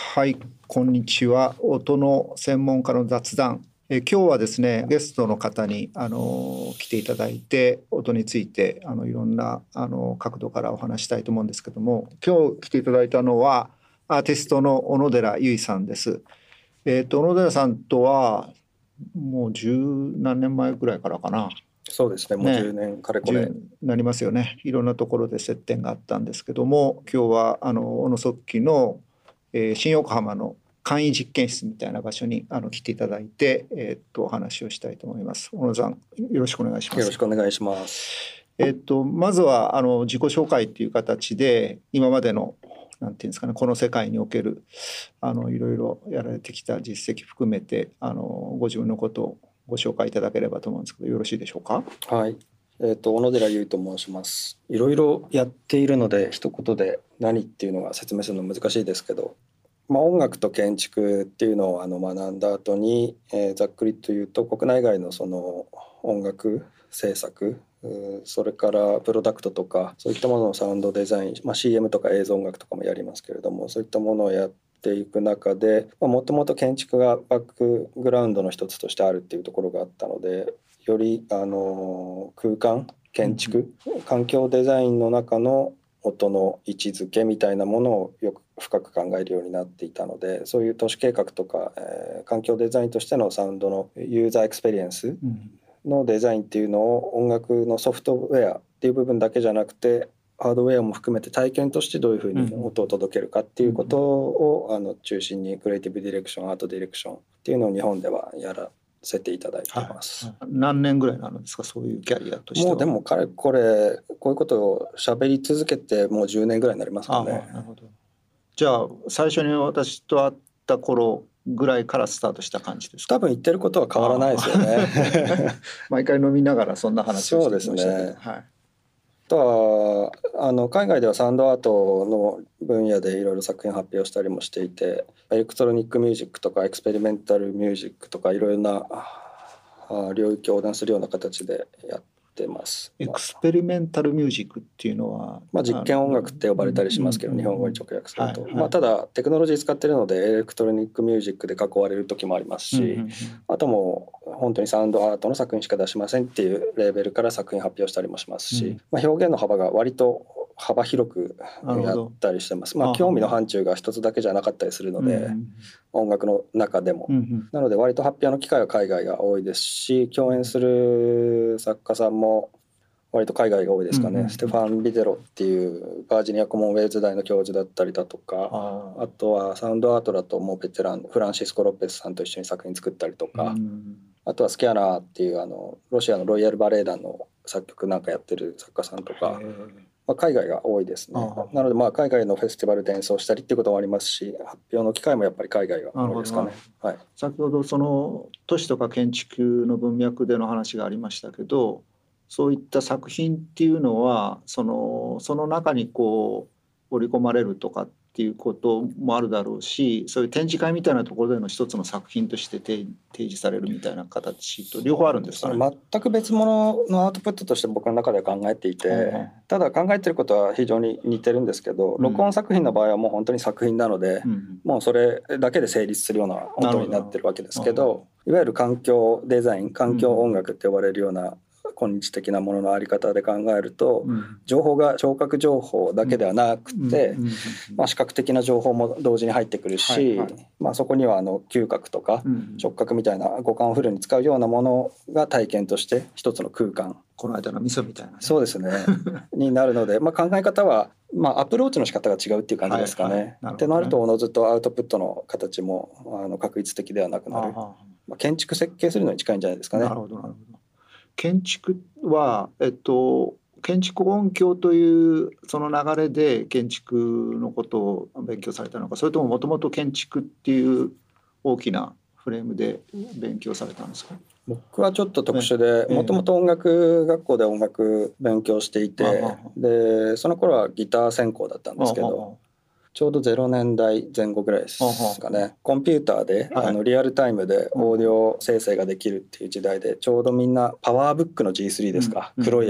はい、こんにちは。音の専門家の雑談。今日はですね、ゲストの方に来ていただいて、音についていろんな角度からお話したいと思うんですけども、今日来ていただいたのはアーティストの小野寺由衣さんです。小野寺さんとはもう十何年前ぐらいからかな。 そうですね、もう10年かれこれ。 10なりますよね。いろんなところで接点があったんですけども、今日は小野速記の新横浜の簡易実験室みたいな場所に来ていただいて、お話をしたいと思います。小野さん、よろしくお願いします。 よろしくお願いします。 まずは自己紹介という形で、今までのなんていうんですかね、この世界におけるいろいろやられてきた実績含めてご自分のことをご紹介いただければと思うんですけど、よろしいでしょうか。 はい。小野寺優と申します。いろいろやっているので一言で何っていうのが説明するの難しいですけど、音楽と建築っていうのを学んだ後に、ざっくりと言うと国内外のその音楽制作、それからプロダクトとかそういったもののサウンドデザイン、CM とか映像音楽とかもやりますけれども、そういったものをやっていく中で、もともと建築がバックグラウンドの一つとしてあるっていうところがあったので、より空間建築、環境デザインの中の音の位置づけみたいなものをよく深く考えるようになっていたので、そういう都市計画とか、環境デザインとしてのサウンドのユーザーエクスペリエンスのデザインっていうのを音楽のソフトウェアっていう部分だけじゃなくてハードウェアも含めて体験としてどういうふうに音を届けるかっていうことを中心にクリエイティブディレクション、アートディレクションっていうのを日本ではやらせていただいています。 はい、何年ぐらいなんですか、そういうキャリアとしては。 もうでもこれこういうことを喋り続けてもう10年ぐらいになりますかね。 なるほど。じゃあ最初に私と会った頃ぐらいからスタートした感じですか。 多分言ってることは変わらないですよね。 毎回飲みながらそんな話をしてきましたけど。 そうですね。はい。あとは海外ではサウンドアートの分野でいろいろ作品発表したりもしていて、エレクトロニックミュージックとかエクスペリメンタルミュージックとかいろいろな領域を横断するような形でやってます。 エクスペリメンタルミュージックっていうのは、 実験音楽って呼ばれたりしますけど、日本語に直訳すると、ただテクノロジー使ってるのでエレクトロニックミュージックで囲われる時もありますし、あともう本当にサウンドアートの作品しか出しませんっていうレーベルから作品発表したりもしますし、表現の幅が割と幅広くやったりしてます。興味の範疇が一つだけじゃなかったりするので、音楽の中でも、なので割と発表の機会は海外が多いですし、共演する作家さんも割と海外が多いですかね。ステファン・ビデロっていうバージニアコモンウェルズ大の教授だったりだとか、あとはサウンドアートだともうベテランフランシスコ・ロペスさんと一緒に作品作ったりとか、あとはスキャナーっていうロシアのロイヤルバレエ団の作曲なんかやってる作家さんとか、海外が多いですね。なので海外のフェスティバルで演奏したりっていうこともありますし、発表の機会もやっぱり海外が多いですかね。はい、 先ほどその都市とか建築の文脈での話がありましたけど、そういった作品っていうのはその中にこう織り込まれるとかっていうこともあるだろうし、そういう展示会みたいなところでの一つの作品として提示されるみたいな形と両方あるんですかね。 全く別物のアートプットとして僕の中では考えていて、ただ考えてることは非常に似てるんですけど、録音作品の場合はもう本当に作品なので、もうそれだけで成立するような音になってるわけですけど、いわゆる環境デザイン、環境音楽って呼ばれるような今日的なもののあり方で考えると、情報が聴覚情報だけではなくて、視覚的な情報も同時に入ってくるし、そこには嗅覚とか触覚みたいな五感をフルに使うようなものが体験として一つの空間、 この間の味噌みたいな、 そうですねになるので、考え方はアプローチの仕方が違うっていう感じですかね。ってなるとおのずとアウトプットの形も確一的ではなくなる。建築設計するのに近いんじゃないですかね。 なるほどなるほど。建築は、建築音響というその流れで建築のことを勉強されたのか、それとももともと建築っていう大きなフレームで勉強されたんですか。 僕はちょっと特殊で、もともと音楽学校で音楽勉強していて、でその頃はギター専攻だったんですけど、ちょうど0年代前後ぐらいですかね。コンピューターでリアルタイムでオーディオ生成ができるっていう時代で、ちょうどみんなパワーブックの G3 ですか、黒いやつ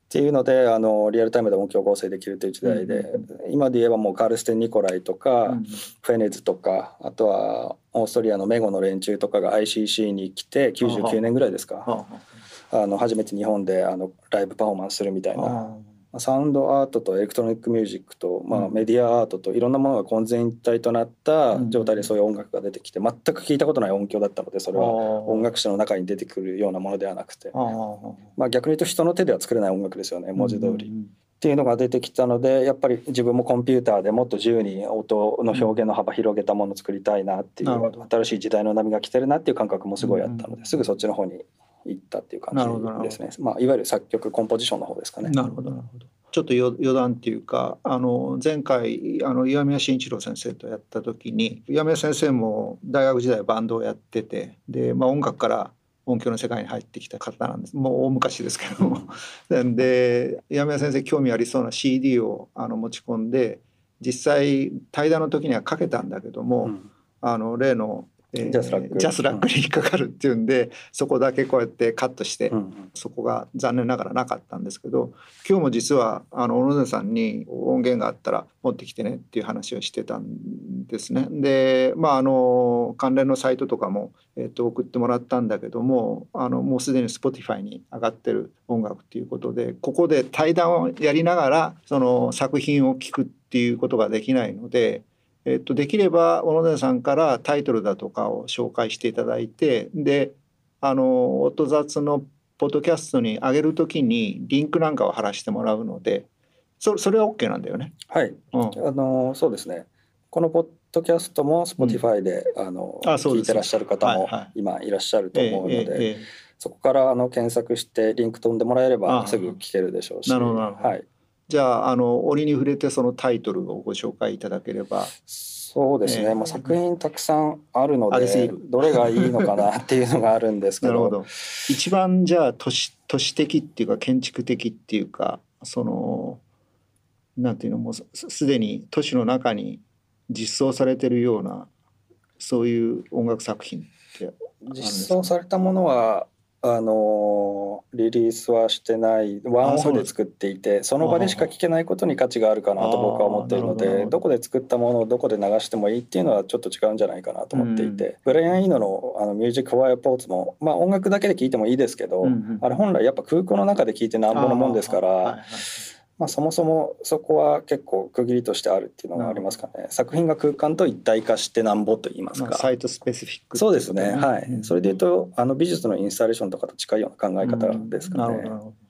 っていうのでリアルタイムで音響合成できるという時代で、今で言えばもうカールステン・ニコライとか、フェネズとか、あとはオーストリアのメゴの連中とかが ICC に来て99年ぐらいですか、初めて日本でライブパフォーマンスするみたいな。サウンドアートとエレクトロニックミュージックと、メディアアートといろんなものが混然一体となった状態でそういう音楽が出てきて、全く聞いたことない音響だったので、それは音楽史の中に出てくるようなものではなくて、逆に言うと人の手では作れない音楽ですよね、文字通り。っていうのが出てきたので、やっぱり自分もコンピューターでもっと自由に音の表現の幅広げたものを作りたいなっていう、新しい時代の波が来てるなっていう感覚もすごいあったので、すぐそっちの方に行ったっていう感じですね。いわゆる作曲コンポジションの方ですかね。 なるほどなるほど。ちょっと余談っていうか、前回岩宮慎一郎先生とやった時に、岩宮先生も大学時代バンドをやってて、で、音楽から音響の世界に入ってきた方なんです。もう大昔ですけどもで岩宮先生興味ありそうな CD を持ち込んで、実際対談の時にはかけたんだけども、例のジャスラックに引っかかるっていうんで、そこだけこうやってカットして、そこが残念ながらなかったんですけど、今日も実は小野瀬さんに音源があったら持ってきてねっていう話をしてたんですね。で関連のサイトとかも、送ってもらったんだけども、もうすでに Spotify に上がってる音楽っていうことで、ここで対談をやりながらその作品を聴くっていうことができないので、できれば小野寺さんからタイトルだとかを紹介していただいて、で音雑のポッドキャストに上げるときにリンクなんかを貼らせてもらうので、それは OK なんだよね。 はい、そうですね。このポッドキャストも Spotify で、聞いてらっしゃる方も今いらっしゃると思うので、そこから検索してリンク飛んでもらえればすぐ聞けるでしょうし。 なるほどなるほど。はい、じゃあ折に触れてそのタイトルをご紹介いただければ。 そうですね、作品たくさんあるのでどれがいいのかなっていうのがあるんですけどなるほど。一番じゃあ都市的っていうか建築的っていうか、そのなんていうの、もうすでに都市の中に実装されてるようなそういう音楽作品ってあるんですか？ 実装されたものはリリースはしてないワンオフで作っていて、その場でしか聴けないことに価値があるかなと僕は思っているので、どこで作ったものをどこで流してもいいっていうのはちょっと違うんじゃないかなと思っていて、ブライアン・イーノのミュージック・フォア・ポーツも、音楽だけで聴いてもいいですけど、あれ本来やっぱ空港の中で聴いてなんぼのもんですから、そもそもそこは結構区切りとしてあるっていうのがありますかね。作品が空間と一体化してなんぼと言いますか、 サイトスペシフィック、 そうですね、はい、それでいうと美術のインスタレーションとかと近いような考え方ですかね。 なるほどなるほど。